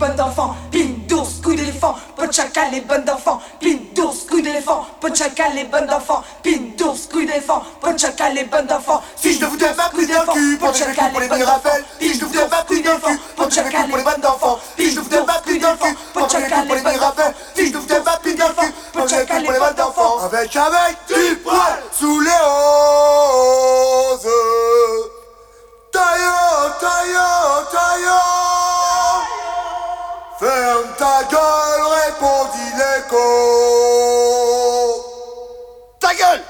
bonnes d'enfants, pine d'ours, couilles d'éléphant, peau de chacal, les bonnes d'enfants, pine d'ours, couilles d'éléphant, peau de chacal, les bonnes d'enfants, pine d'ours, couilles d'éléphant, peau de chacal, les bonnes d'enfants. Si je te foutais ma couille dans le cul, pour les coups pour les miracles. Si je te foutais ma couille dans le cul, pour les coups pour les bonnes d'enfants. Si je te foutais ma couille dans le cul, pour les coups pour les miracles. Si je te foutais ma couille dans le cul, pour les coups pour les bonnes d'enfants. Avec du poil sous les roses. Taillot. Ferme ta gueule, répondit l'écho. Ta gueule!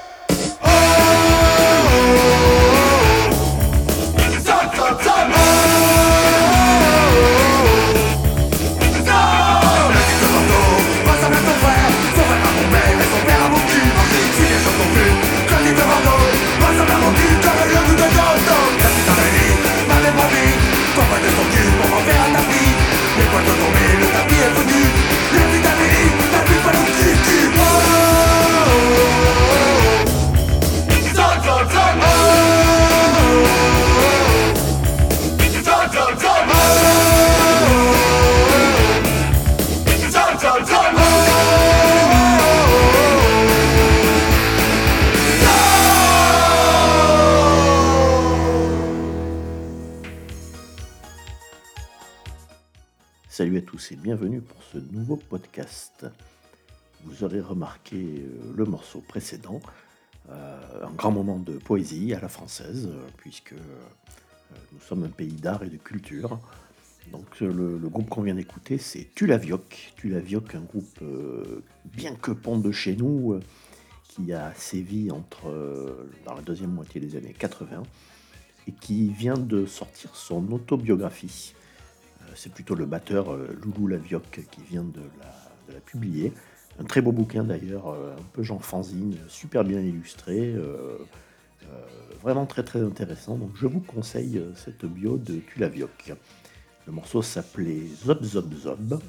Salut à tous et bienvenue pour ce nouveau podcast. Vous aurez remarqué le morceau précédent, un grand moment de poésie à la française, puisque nous sommes un pays d'art et de culture. Donc le groupe qu'on vient d'écouter, c'est Tulavioc. Tulavioc, un groupe bien que pont de chez nous, qui a sévi dans la deuxième moitié des années 80 et qui vient de sortir son autobiographie. C'est plutôt le batteur Loulou Lavioc qui vient de la publier. Un très beau bouquin d'ailleurs, un peu genre fanzine, super bien illustré, vraiment très très intéressant. Donc je vous conseille cette bio de Tulavioc. Le morceau s'appelait Zob Zob Zob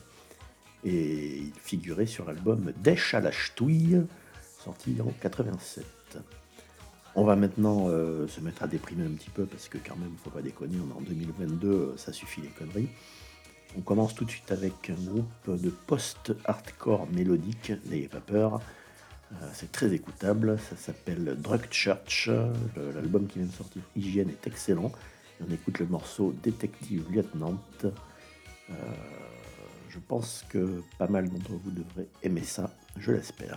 et il figurait sur l'album Dèche à la ch'touille, sorti en 87. On va maintenant se mettre à déprimer un petit peu parce que quand même, faut pas déconner, on est en 2022, ça suffit les conneries. On commence tout de suite avec un groupe de post-hardcore mélodique, n'ayez pas peur, c'est très écoutable, ça s'appelle Drug Church, l'album qui vient de sortir, Hygiène, est excellent. Et on écoute le morceau Détective Lieutenant. Je pense que pas mal d'entre vous devraient aimer ça, je l'espère.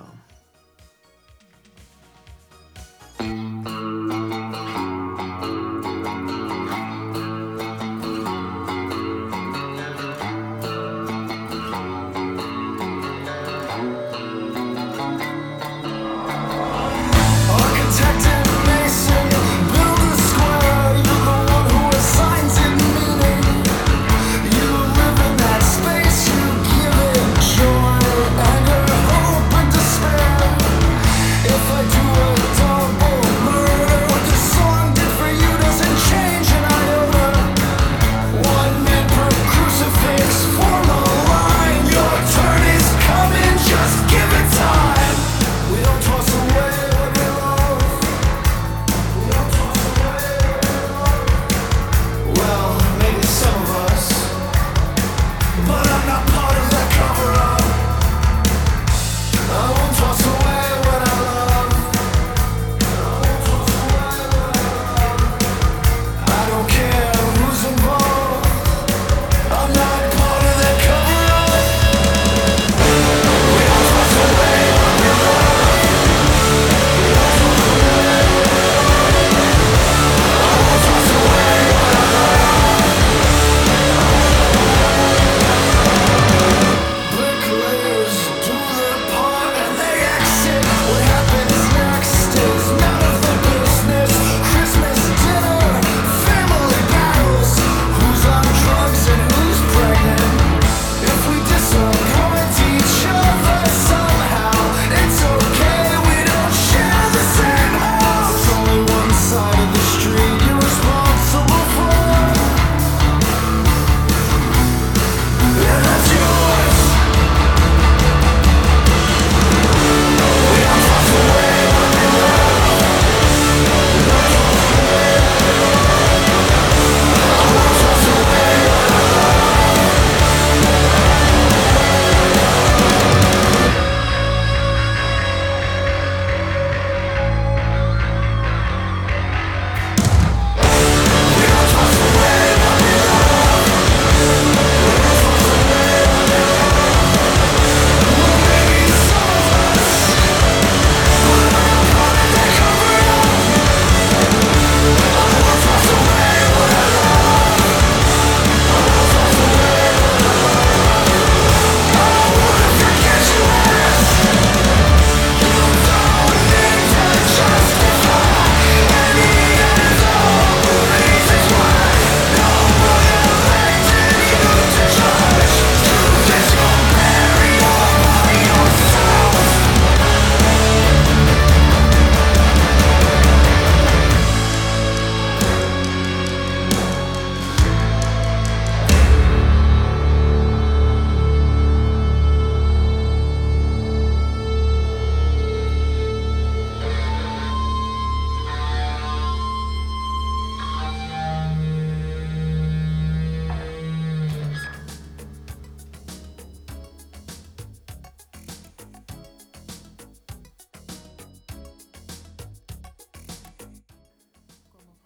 Space you give it joy, anger, hope and despair.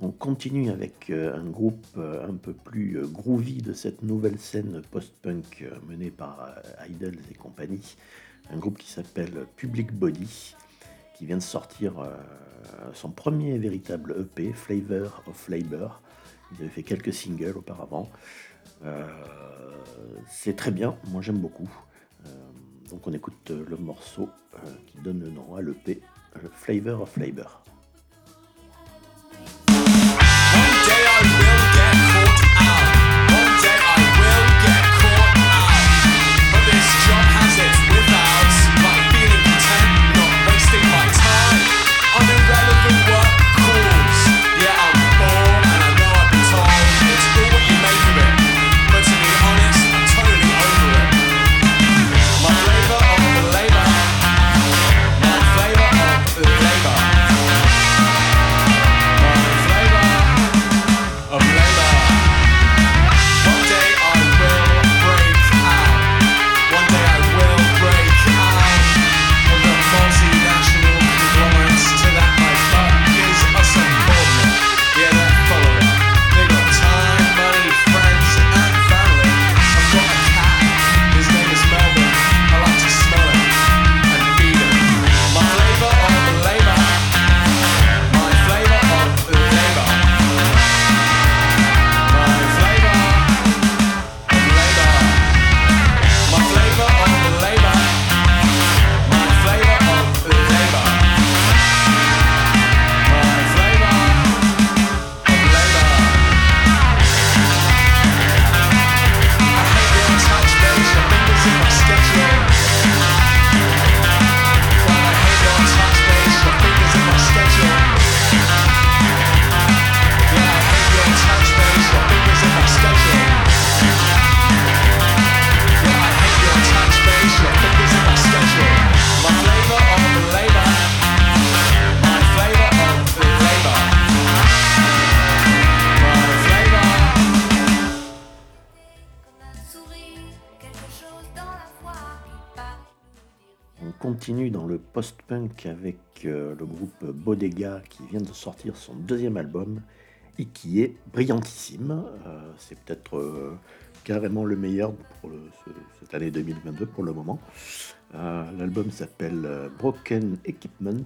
On continue avec un groupe un peu plus groovy de cette nouvelle scène post-punk menée par Idols et compagnie. Un groupe qui s'appelle Public Body, qui vient de sortir son premier véritable EP, Flavor of Labor. Ils avaient fait quelques singles auparavant. C'est très bien, moi j'aime beaucoup. Donc on écoute le morceau qui donne le nom à l'EP, Flavor of Labor. Continue dans le post-punk avec le groupe Bodega qui vient de sortir son deuxième album et qui est brillantissime. C'est peut-être carrément le meilleur pour cette année 2022 pour le moment. L'album s'appelle Broken Equipment.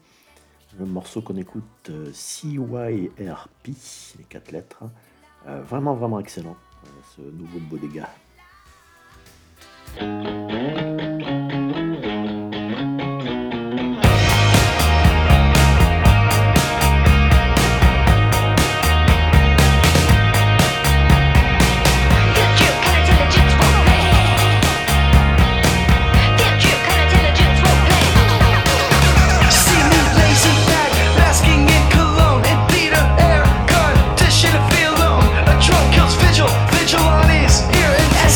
Le morceau qu'on écoute, CYRP, les 4 lettres. Vraiment excellent, ce nouveau Bodega. Vigil on his ear and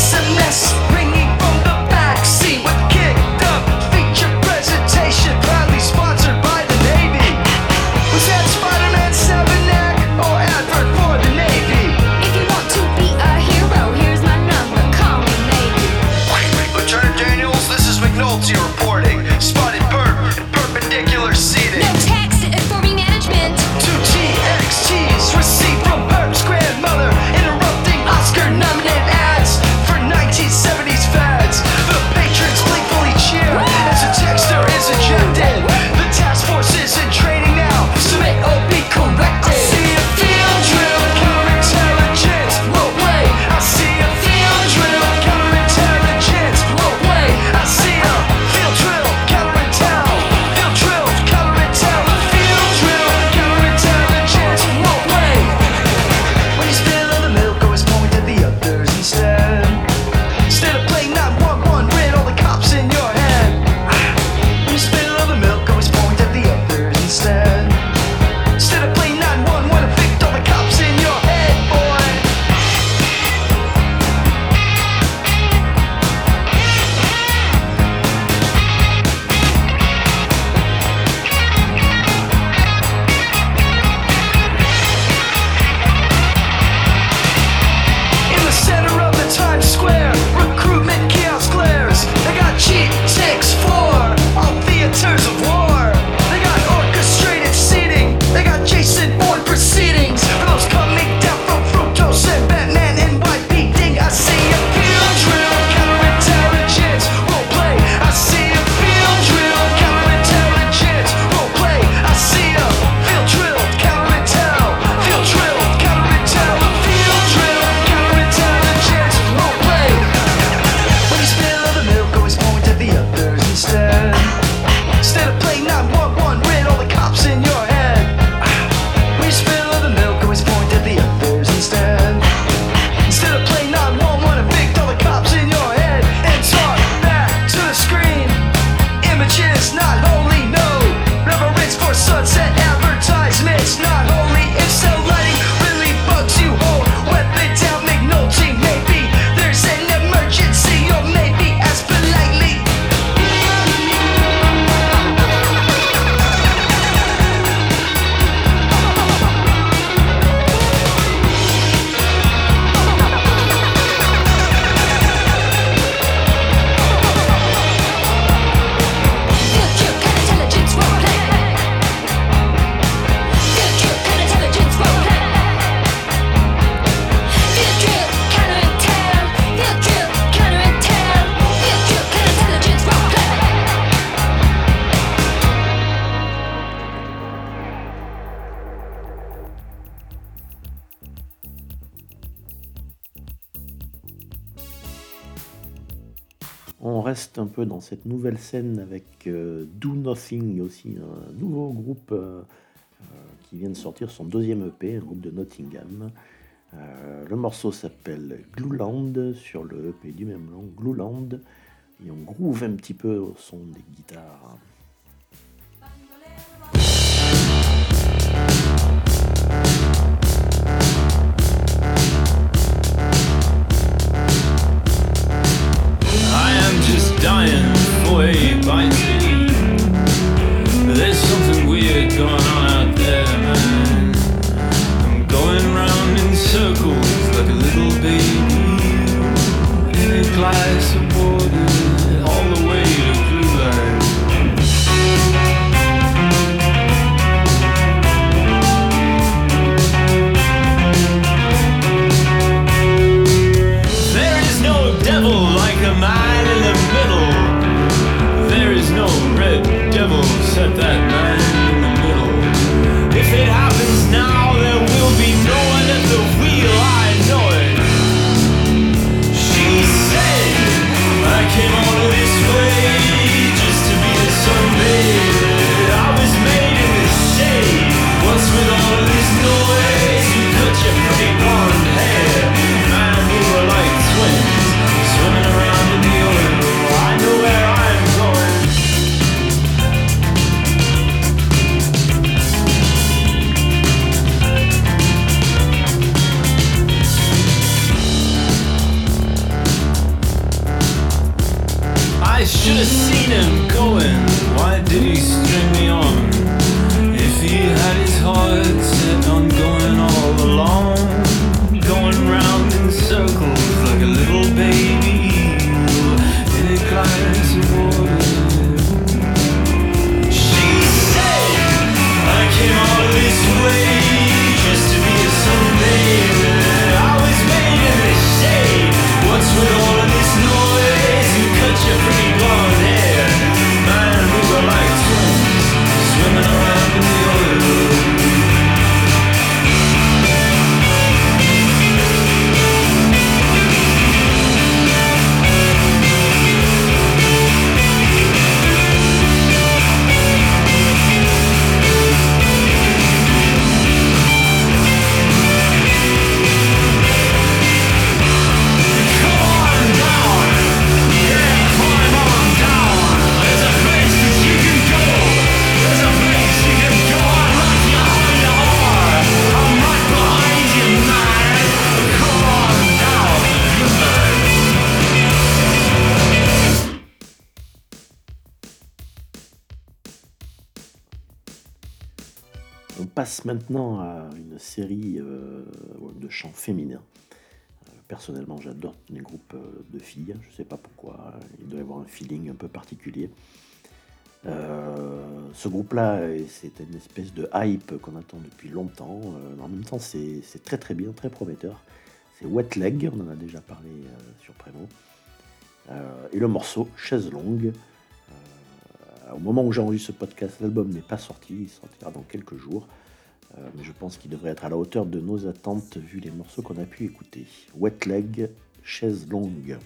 On reste un peu dans cette nouvelle scène avec Do Nothing, aussi un nouveau groupe qui vient de sortir son deuxième EP, un groupe de Nottingham. Le morceau s'appelle Glueland, sur le EP du même nom, Glueland, et on groove un petit peu au son des guitares. Dying for a bite to eat. There's something weird going on out there, man. I'm going round in circles like a little baby in a glass of water all the way to Glueland. There is no devil like a man in the middle. There is no red devil except that man in the middle. If it happens now, there will be no one at the wheel, I know it. She said, I came all this way just to be a sunbather. I was made in the shade. What's with all of this noise? You cut your pretty blonde hair. Man, we were like twins, swimming around in the oil. I know where I'm going. I should have seen him going. Why did he string me on? If he had his heart set on going all along, going round in circles like a little baby in a glass of water. She said, I came all this way just to be a sunbather. I was made in the shade. What's with all of this noise? You cut your pretty blonde hair. Man, we were like twins, swimming around in the oil. On passe maintenant à une série de chants féminins. Personnellement, j'adore les groupes de filles, je ne sais pas pourquoi, il doit y avoir un feeling un peu particulier. Ce groupe-là, c'est une espèce de hype qu'on attend depuis longtemps. En même temps, c'est très très bien, très prometteur. C'est Wet Leg, on en a déjà parlé sur Prémo. Et le morceau Chaise Longue. Au moment où j'enregistre ce podcast, l'album n'est pas sorti, il sortira dans quelques jours. Mais je pense qu'il devrait être à la hauteur de nos attentes vu les morceaux qu'on a pu écouter. Wet Leg, Chaise Longue.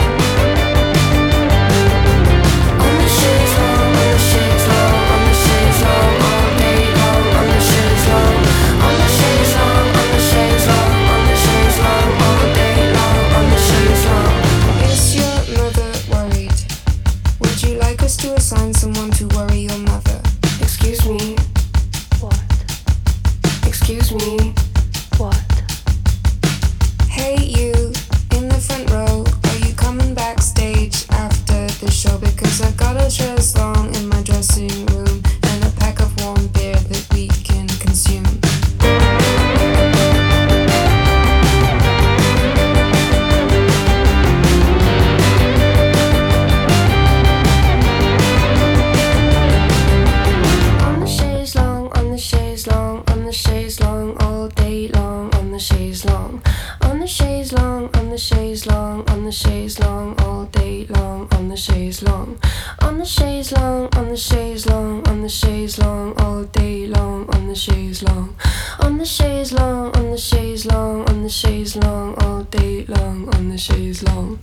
On chaise long, all day long, on the chaise long.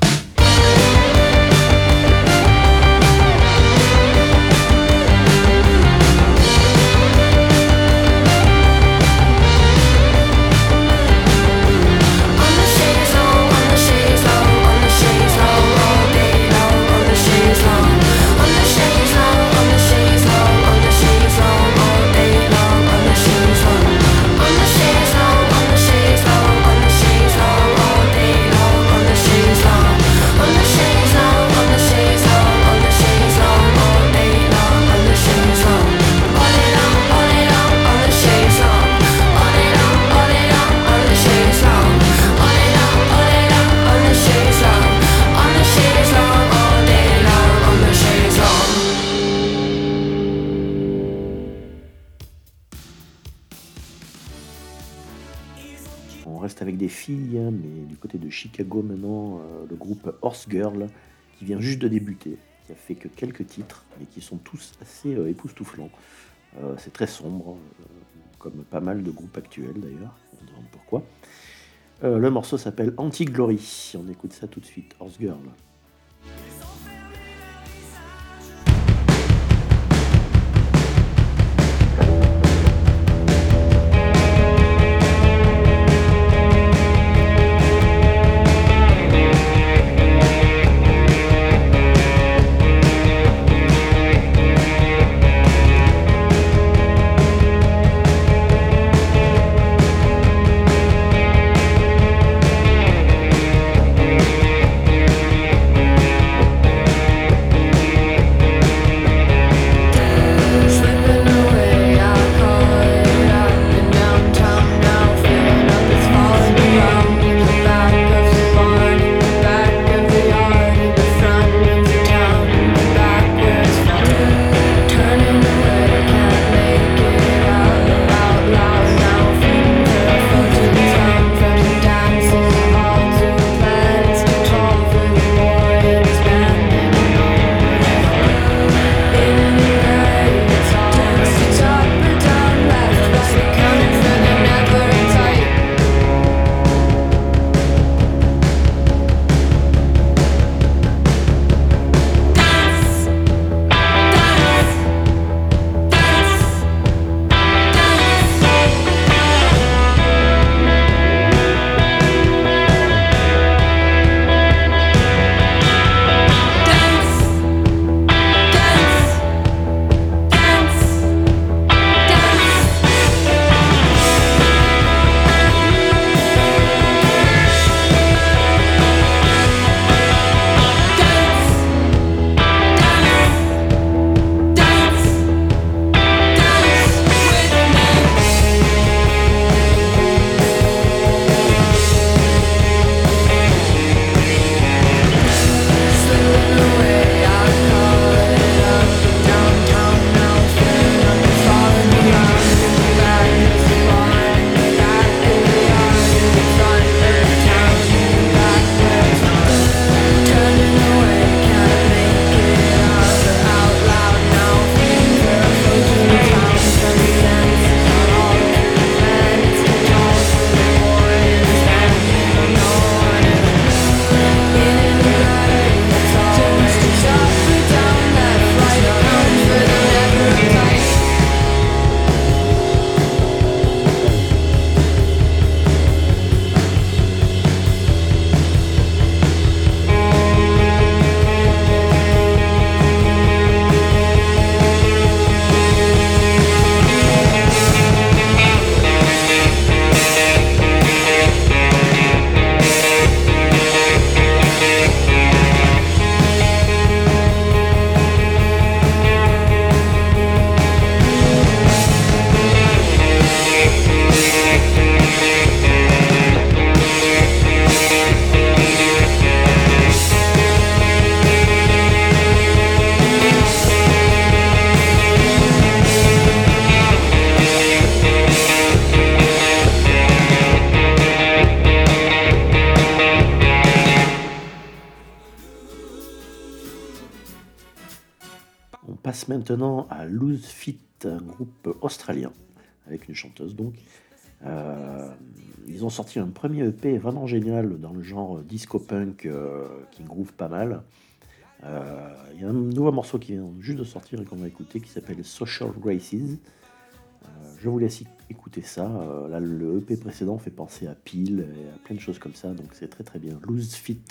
On reste avec des filles, hein, mais du côté de Chicago maintenant, le groupe Horse Girl, qui vient juste de débuter, qui a fait que quelques titres, mais qui sont tous assez époustouflants. C'est très sombre, comme pas mal de groupes actuels d'ailleurs, on se demande pourquoi. Le morceau s'appelle Anti-Glory, on écoute ça tout de suite, Horse Girl. Maintenant à Loose Fit, un groupe australien, avec une chanteuse donc, Ils ont sorti un premier EP vraiment génial dans le genre disco-punk qui groove pas mal. Il y a un nouveau morceau qui vient juste de sortir et qu'on va écouter qui s'appelle Social Graces. Je vous laisse écouter ça. Là, le EP précédent fait penser à Peel et à plein de choses comme ça, donc c'est très très bien. Loose Fit.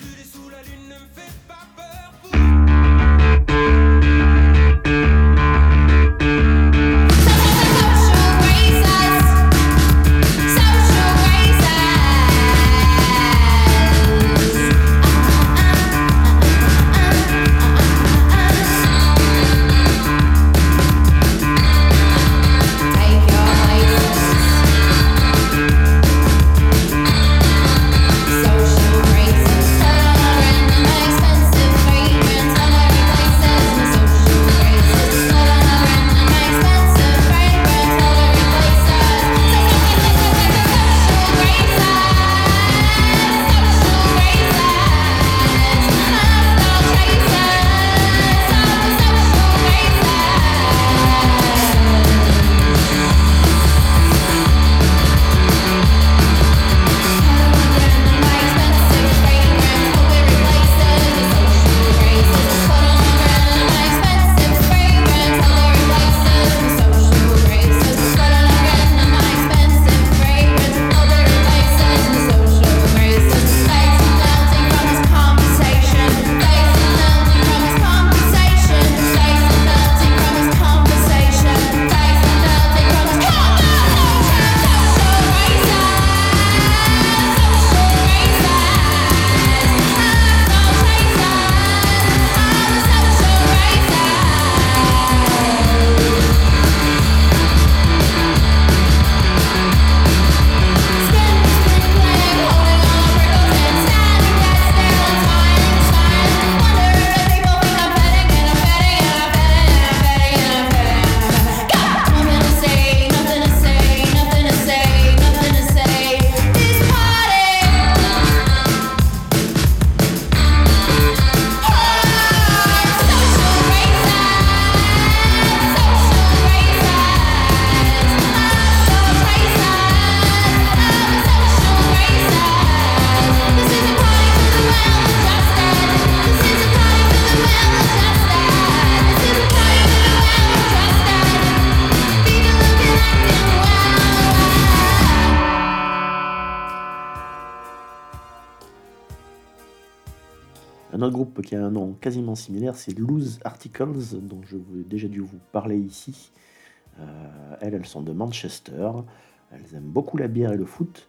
Un autre groupe qui a un nom quasiment similaire, c'est Loose Articles, dont je vous ai déjà dû vous parler ici. Elles sont de Manchester. Elles aiment beaucoup la bière et le foot.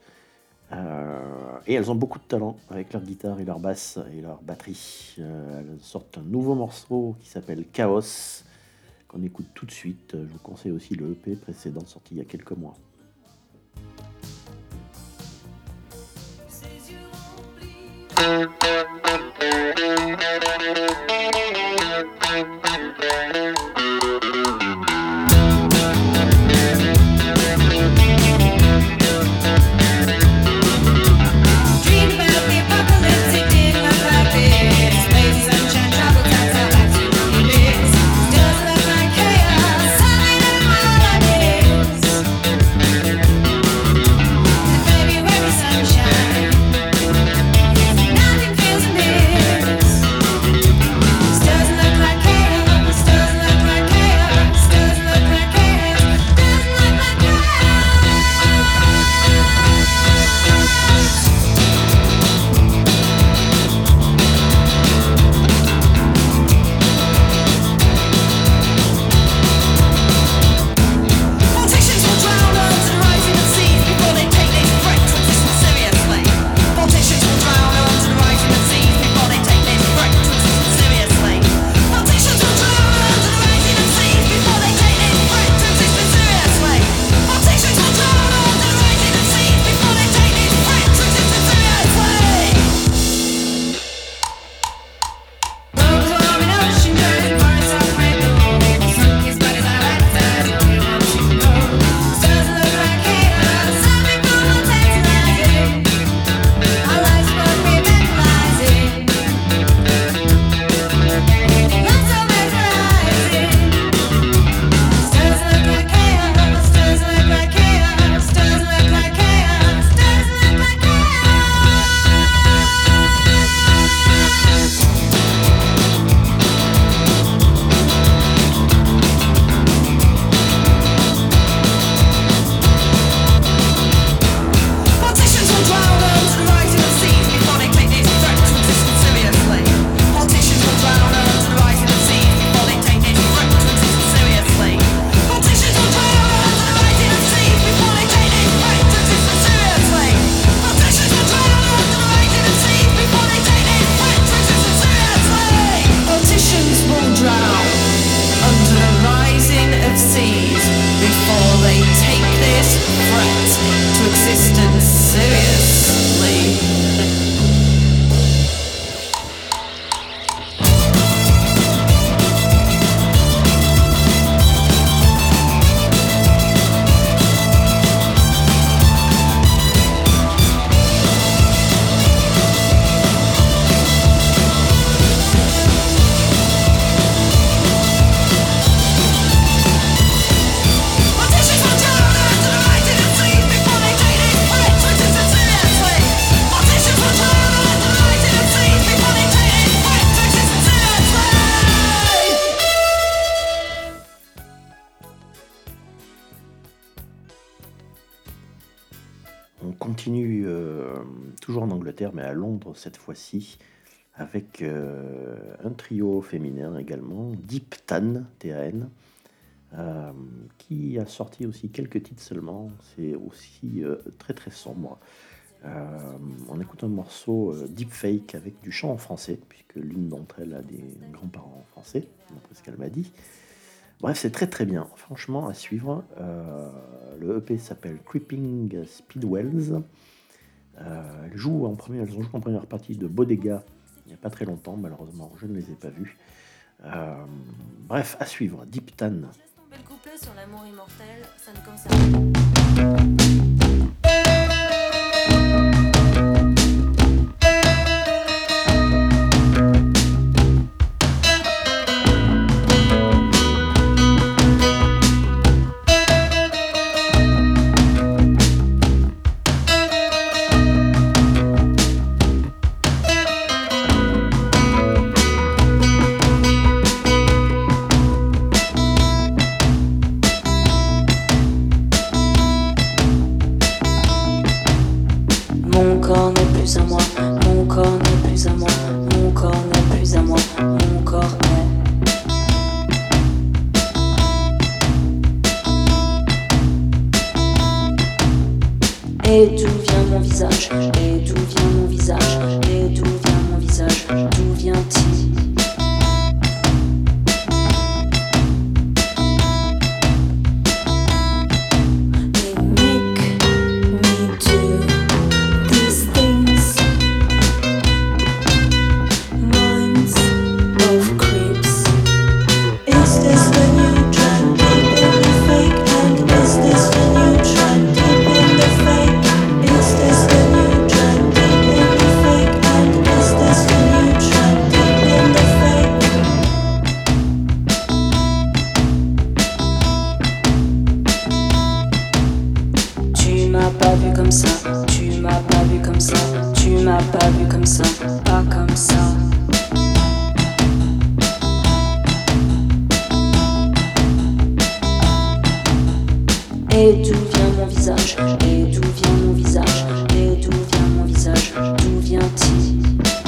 Et elles ont beaucoup de talent avec leur guitare et leur basse et leur batterie. Elles sortent un nouveau morceau qui s'appelle Chaos, qu'on écoute tout de suite. Je vous conseille aussi le EP précédent sorti il y a quelques mois. Nothing feels On continue toujours en Angleterre, mais à Londres cette fois-ci, avec un trio féminin également, Deep Tan, T-A-N, qui a sorti aussi quelques titres seulement. C'est aussi très très sombre. On écoute un morceau Deep Fake avec du chant en français, puisque l'une d'entre elles a des grands-parents français, d'après ce qu'elle m'a dit. Bref, c'est très très bien, franchement à suivre. Le EP s'appelle Creeping Speedwells. Elles ont joué en première partie de Bodega il n'y a pas très longtemps, malheureusement je ne les ai pas vus. Bref, à suivre, Deep Tan. Le couplet sur l'amour immortel, ça ne concerne Et d'où vient mon visage? Et d'où vient mon visage? Et d'où vient mon visage? D'où vient-il? Et d'où vient mon visage? Et d'où vient mon visage? Et d'où vient mon visage? D'où vient-il?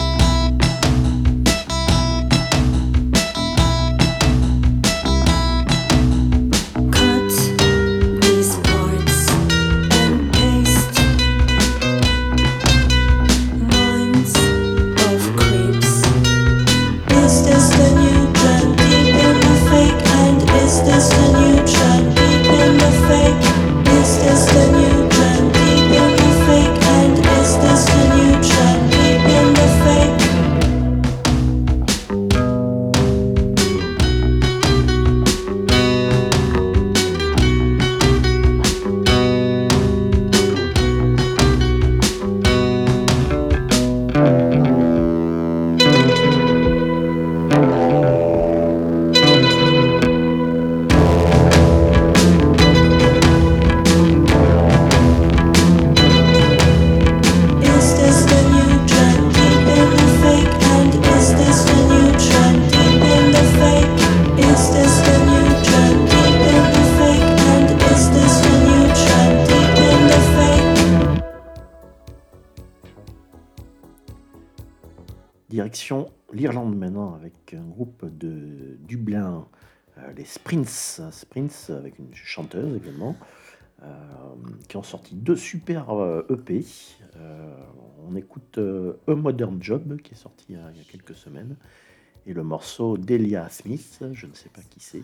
Direction l'Irlande maintenant avec un groupe de Dublin, les Sprints avec une chanteuse également, qui ont sorti 2 super EP. On écoute A Modern Job qui est sorti il y a quelques semaines et le morceau Delia Smith, je ne sais pas qui c'est.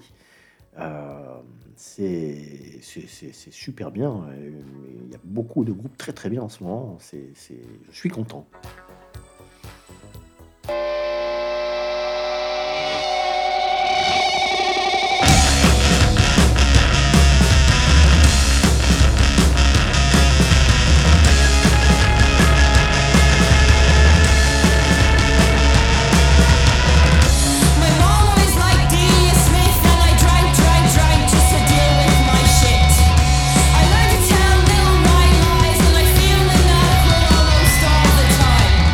C'est super bien, il y a beaucoup de groupes très très bien en ce moment, je suis content. Time.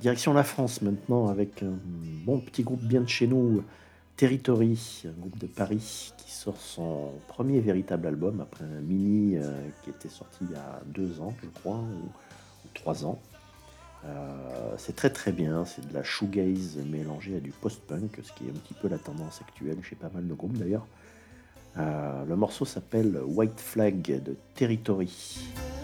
Direction la France maintenant avec un bon petit groupe bien de chez nous, Territory, un groupe de Paris qui sort son premier véritable album après un mini qui était sorti il y a 2 ans, je crois, ou 3 ans. C'est très très bien, c'est de la shoegaze mélangée à du post-punk, ce qui est un petit peu la tendance actuelle chez pas mal de groupes d'ailleurs. Le morceau s'appelle White Flag de Territory.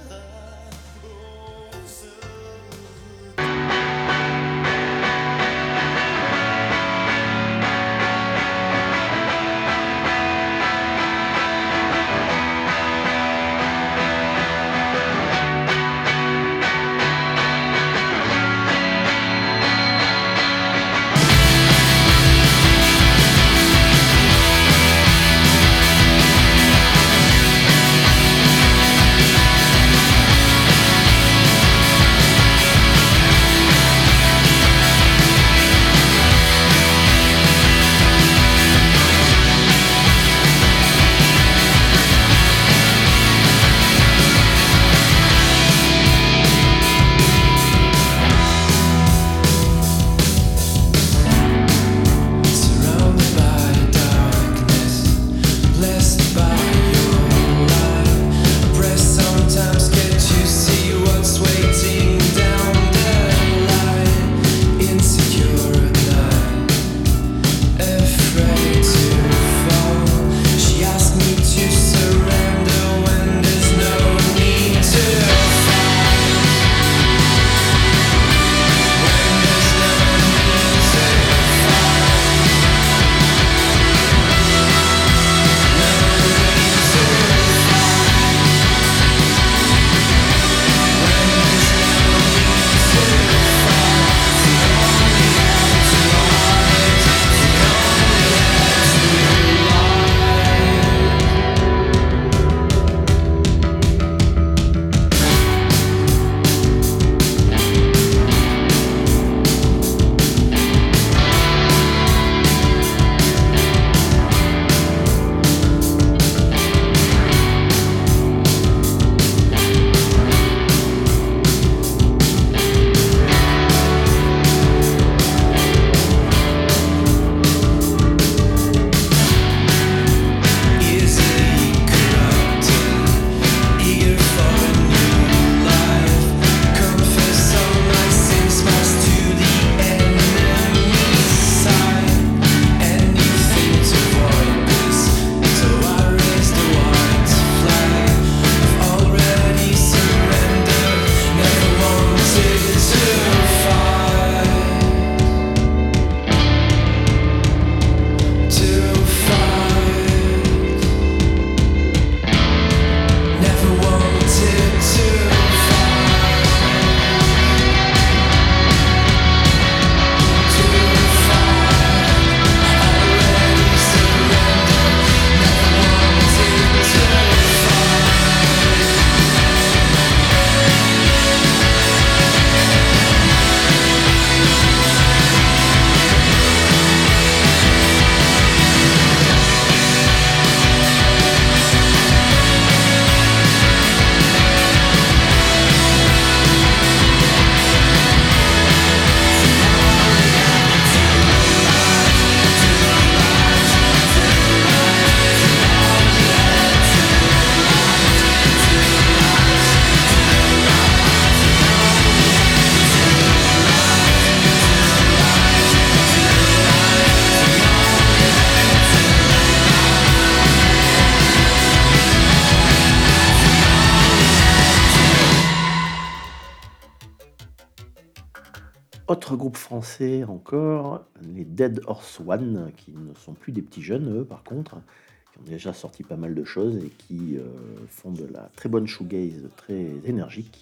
Autre groupe français encore, les Dead Horse One, qui ne sont plus des petits jeunes, eux, par contre, qui ont déjà sorti pas mal de choses et qui font de la très bonne shoegaze, très énergique.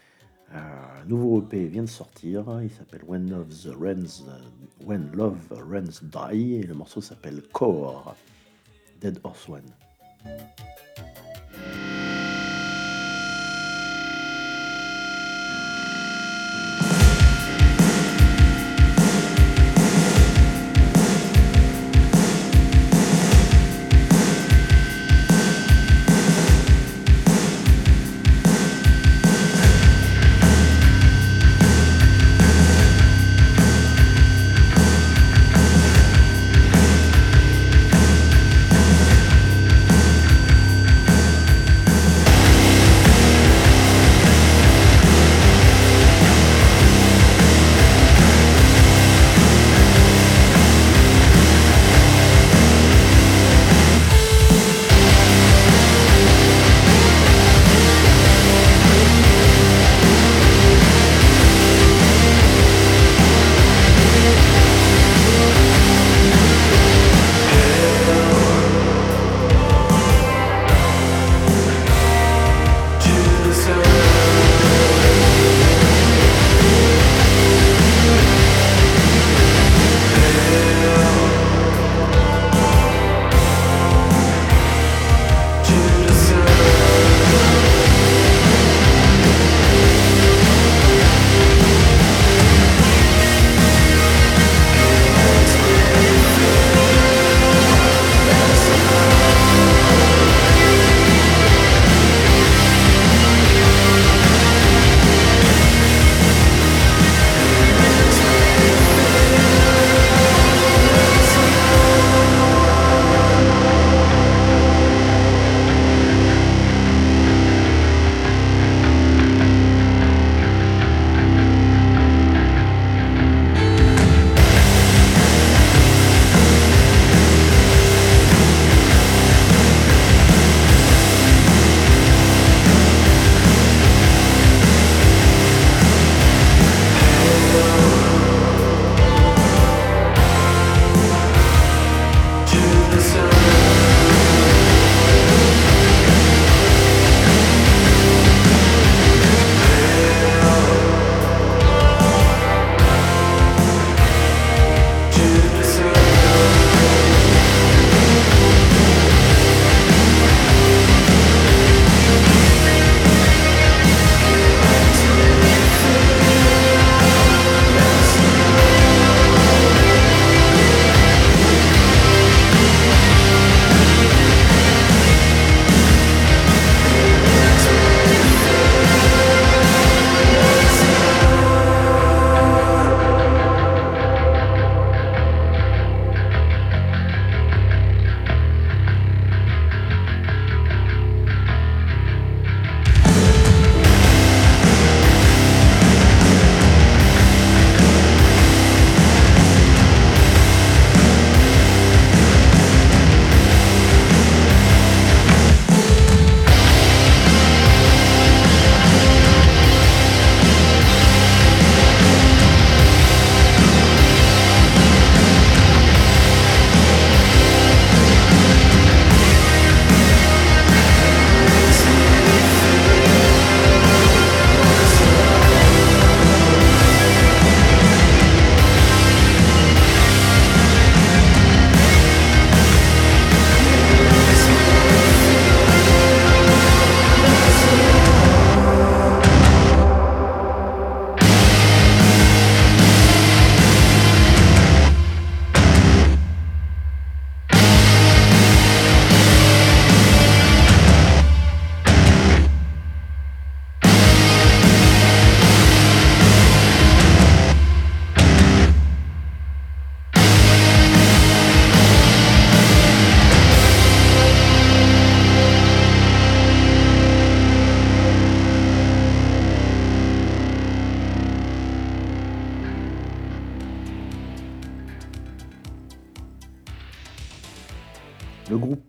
Un nouveau EP vient de sortir, il s'appelle When Love Runs Dry, et le morceau s'appelle Core, Dead Horse One.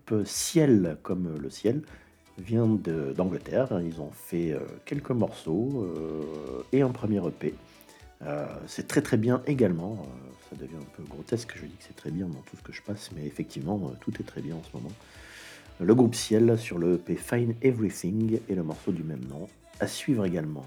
groupe Ciel, comme le ciel, vient d'Angleterre. Ils ont fait quelques morceaux et un premier EP. C'est très très bien également. Ça devient un peu grotesque, je dis que c'est très bien dans tout ce que je passe, mais effectivement, tout est très bien en ce moment. Le groupe Ciel sur le EP Fine Everything et le morceau du même nom, à suivre également.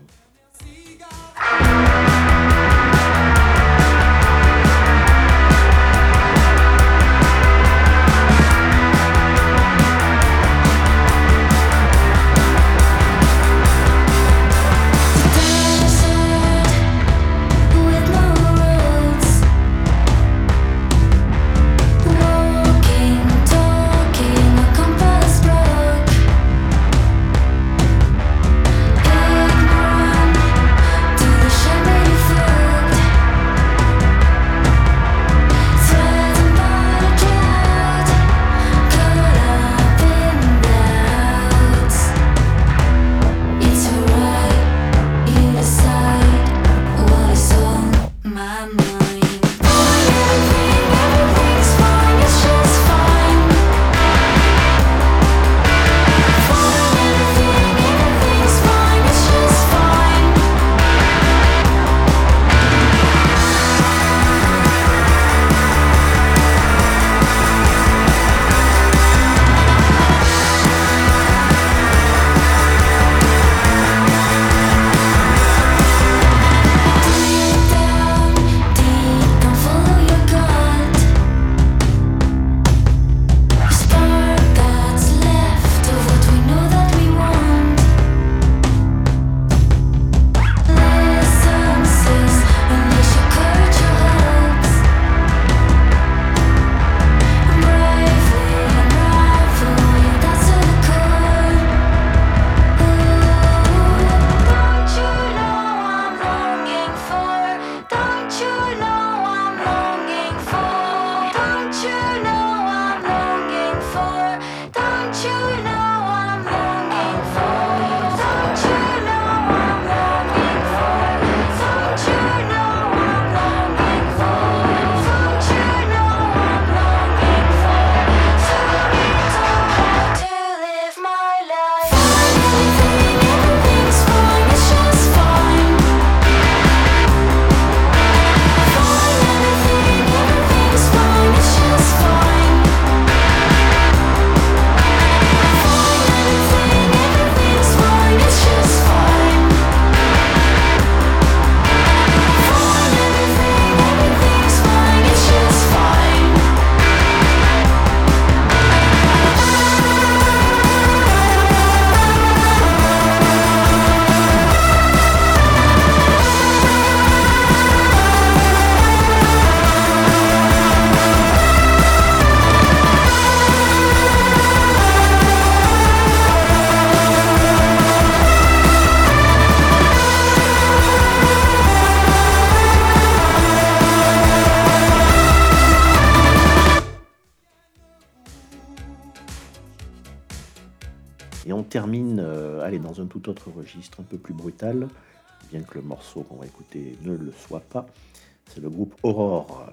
Et on termine dans un tout autre registre, un peu plus brutal, bien que le morceau qu'on va écouter ne le soit pas. C'est le groupe Aurore,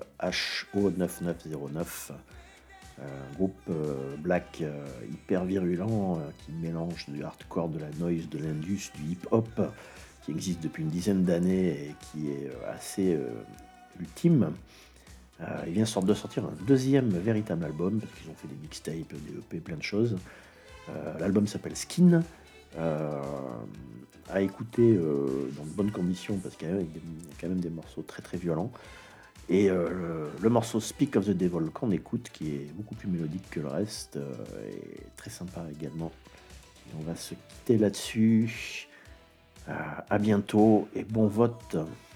HO9909, un groupe black hyper virulent qui mélange du hardcore, de la noise, de l'indus, du hip-hop, qui existe depuis une dizaine d'années et qui est assez ultime. Ils viennent de sortir un deuxième véritable album, parce qu'ils ont fait des mixtapes, des EP, plein de choses. L'album s'appelle Skin, à écouter dans de bonnes conditions, parce qu'il y a quand même des morceaux très très violents. Et le morceau Speak of the Devil qu'on écoute, qui est beaucoup plus mélodique que le reste, est très sympa également. Et on va se quitter là-dessus. À bientôt et bon vote.